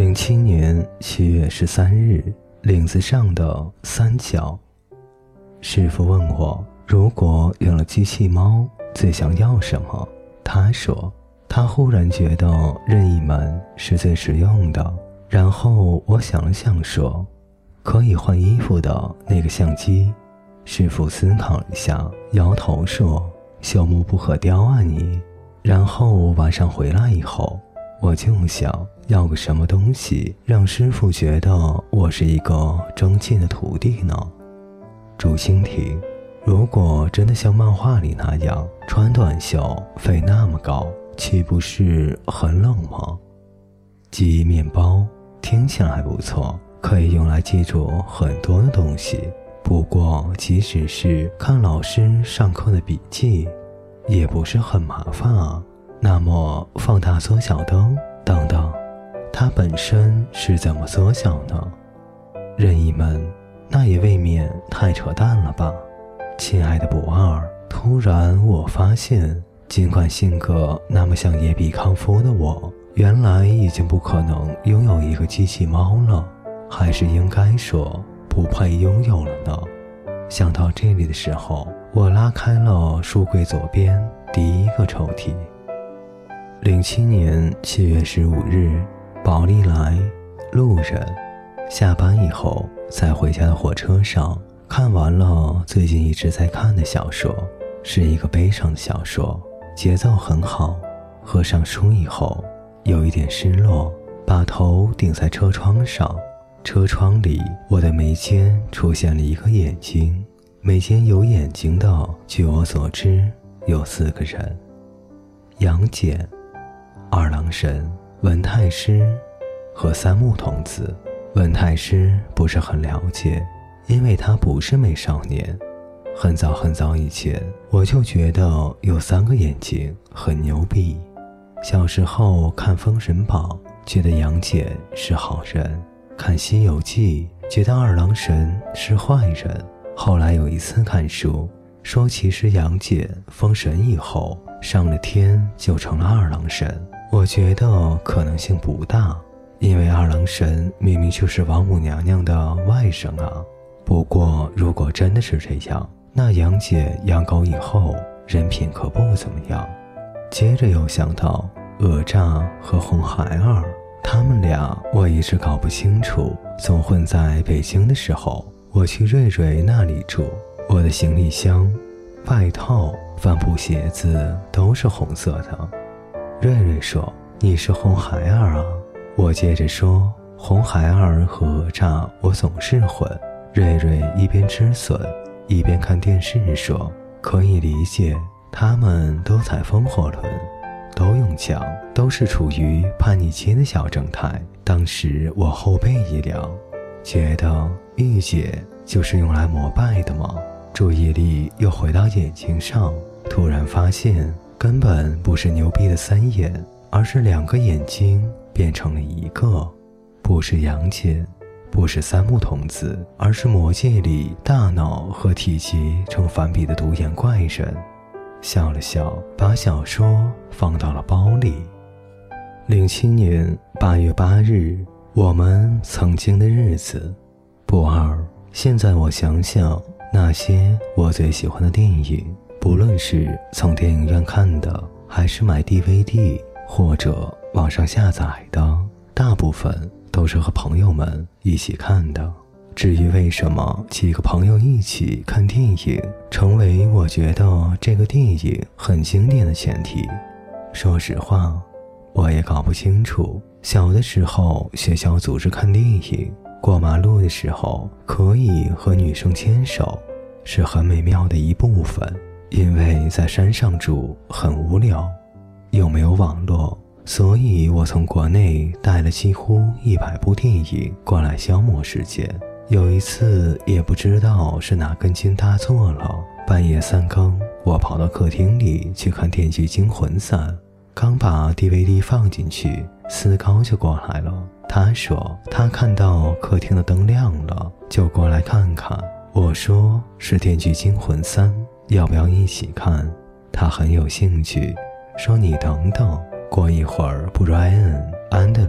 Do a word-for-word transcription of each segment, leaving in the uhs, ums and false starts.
零七年七月十三日，领子上的三角。师父问我，如果有了机器猫，最想要什么？他说，他忽然觉得任意门是最实用的。然后我想了想说，可以换衣服的那个相机。师父思考了一下，摇头说，朽木不可雕啊你。然后晚上回来以后，我就想要个什么东西让师父觉得我是一个争气的徒弟呢？竹蜻蜓，如果真的像漫画里那样穿短袖飞那么高，岂不是很冷吗？记忆面包听起来不错，可以用来记住很多的东西。不过即使是看老师上课的笔记，也不是很麻烦啊。那么放大缩小灯等等，它本身是怎么缩小呢？任意门，那也未免太扯淡了吧。亲爱的不二，突然我发现，尽管性格那么像野比康夫的我，原来已经不可能拥有一个机器猫了，还是应该说不配拥有了呢。想到这里的时候，我拉开了书柜左边第一个抽屉。零七年七月十五日，宝丽来，路人。下班以后，在回家的火车上看完了最近一直在看的小说，是一个悲伤的小说，节奏很好。合上书以后，有一点失落，把头顶在车窗上。车窗里，我的眉间出现了一个眼睛。眉间有眼睛的，据我所知，有四个人：杨戬、二郎神、文太师和三木童子。文太师不是很了解，因为他不是美少年。很早很早以前，我就觉得有三个眼睛很牛逼。小时候看《封神榜》，觉得杨戬是好人，看《西游记》觉得二郎神是坏人。后来有一次看书，说其实杨戬封神以后上了天就成了二郎神。我觉得可能性不大，因为二郎神明明就是王母娘娘的外甥啊。不过如果真的是这样，那杨戬养狗以后人品可不怎么样。接着又想到哪吒和红孩儿，他们俩我一直搞不清楚。总混在北京的时候，我去瑞瑞那里住，我的行李箱、外套、帆布鞋子都是红色的。瑞瑞说，你是红孩儿啊。我接着说，红孩儿和哪吒我总是混。瑞瑞一边吃笋一边看电视说，可以理解，他们都踩风火轮，都用枪，都是处于叛逆期的小正太。当时我后背一凉，觉得御姐就是用来膜拜的吗？注意力又回到眼睛上，突然发现根本不是牛逼的三眼，而是两个眼睛变成了一个。不是杨戬，不是三木童子，而是魔界里大脑和体积成反比的独眼怪人。笑了笑，把小说放到了包里。零七年八月八日，我们曾经的日子。不二，现在我想想，那些我最喜欢的电影，不论是从电影院看的，还是买 D V D 或者网上下载的，大部分都是和朋友们一起看的。至于为什么几个朋友一起看电影成为我觉得这个电影很经典的前提，说实话我也搞不清楚。小的时候学校组织看电影，过马路的时候可以和女生牵手，是很美妙的一部分。因为在山上住很无聊，又没有网络，所以我从国内带了几乎一百部电影过来消磨时间。有一次也不知道是哪根筋搭错了，半夜三更我跑到客厅里去看《电锯惊魂三》，刚把 D V D 放进去，思高就过来了。他说他看到客厅的灯亮了，就过来看看。我说是《电锯惊魂三》，要不要一起看？他很有兴趣，说你等等，过一会儿布莱恩、安德鲁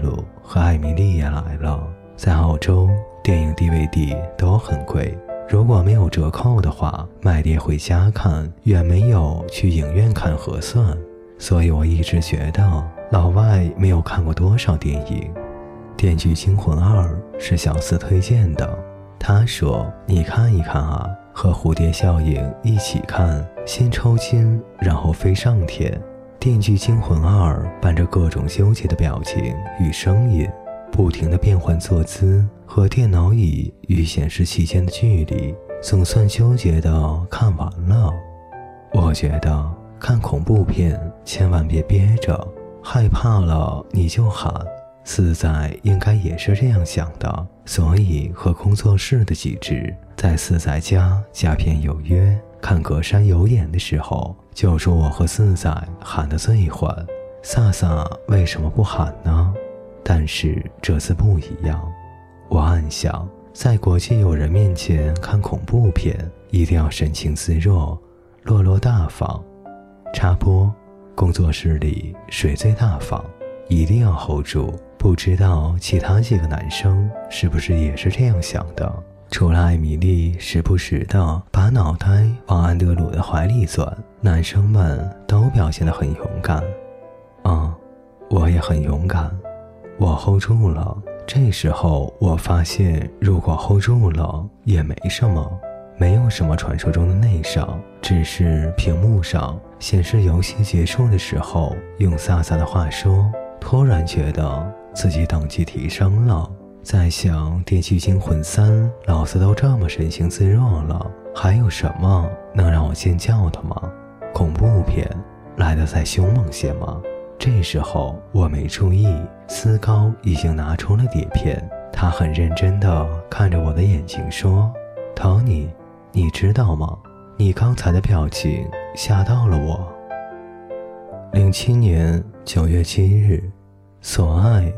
和艾米丽也来了。在澳洲，电影 D V D 都很贵，如果没有折扣的话，买碟回家看远没有去影院看合算。所以我一直觉得老外没有看过多少电影。电锯惊魂二是小四推荐的，他说你看一看啊，和蝴蝶效应一起看，先抽筋然后飞上天。电锯惊魂二伴着各种纠结的表情与声音，不停地变换坐姿和电脑椅与显示器间的距离，总算纠结地看完了。我觉得看恐怖片千万别憋着，害怕了你就喊。四仔应该也是这样想的，所以和工作室的几只在四仔家佳片有约看隔山有眼的时候，就是我和四仔喊得最欢。萨萨为什么不喊呢？但是这次不一样。我暗想，在国际友人面前看恐怖片一定要神情自若，落落大方。插播，工作室里谁最大方，一定要 hold 住。不知道其他几个男生是不是也是这样想的？除了艾米丽时不时的把脑袋往安德鲁的怀里钻，男生们都表现得很勇敢。嗯，我也很勇敢，我 hold 住了。这时候我发现，如果 hold 住了也没什么，没有什么传说中的内伤，只是屏幕上显示游戏结束的时候，用萨萨的话说，突然觉得自己等级提升了。在想电锯惊魂三，老子都这么神情自若了，还有什么能让我尖叫的吗？恐怖片来得再凶猛些吗？这时候我没注意，思高已经拿出了碟片，他很认真地看着我的眼睛说， Tony， 你知道吗？你刚才的表情吓到了我。零七年九月七日，所爱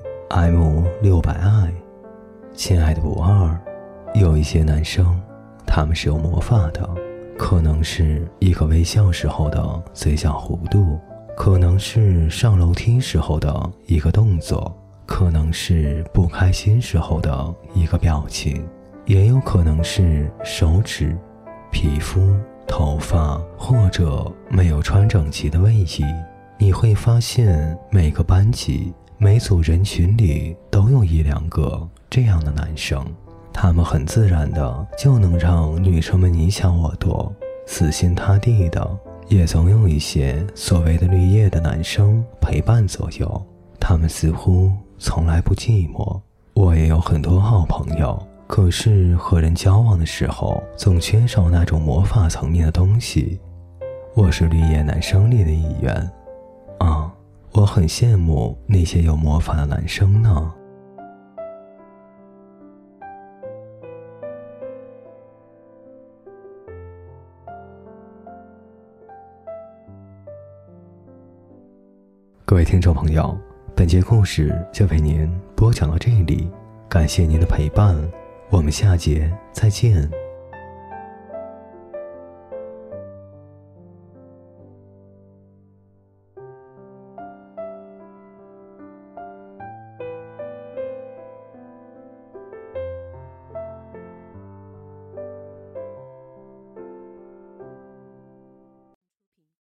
M 六百 I。 亲爱的不二，有一些男生他们是有魔法的，可能是一个微笑时候的嘴角弧度，可能是上楼梯时候的一个动作，可能是不开心时候的一个表情，也有可能是手指、皮肤、头发，或者没有穿整齐的卫衣。你会发现每个班级每组人群里都有一两个这样的男生，他们很自然的就能让女生们你抢我夺，死心塌地的。也总有一些所谓的绿叶的男生陪伴左右，他们似乎从来不寂寞。我也有很多好朋友，可是和人交往的时候总缺少那种魔法层面的东西。我是绿叶男生里的一员啊，我很羡慕那些有魔法的男生呢。各位听众朋友，本节故事就为您播讲到这里，感谢您的陪伴，我们下节再见。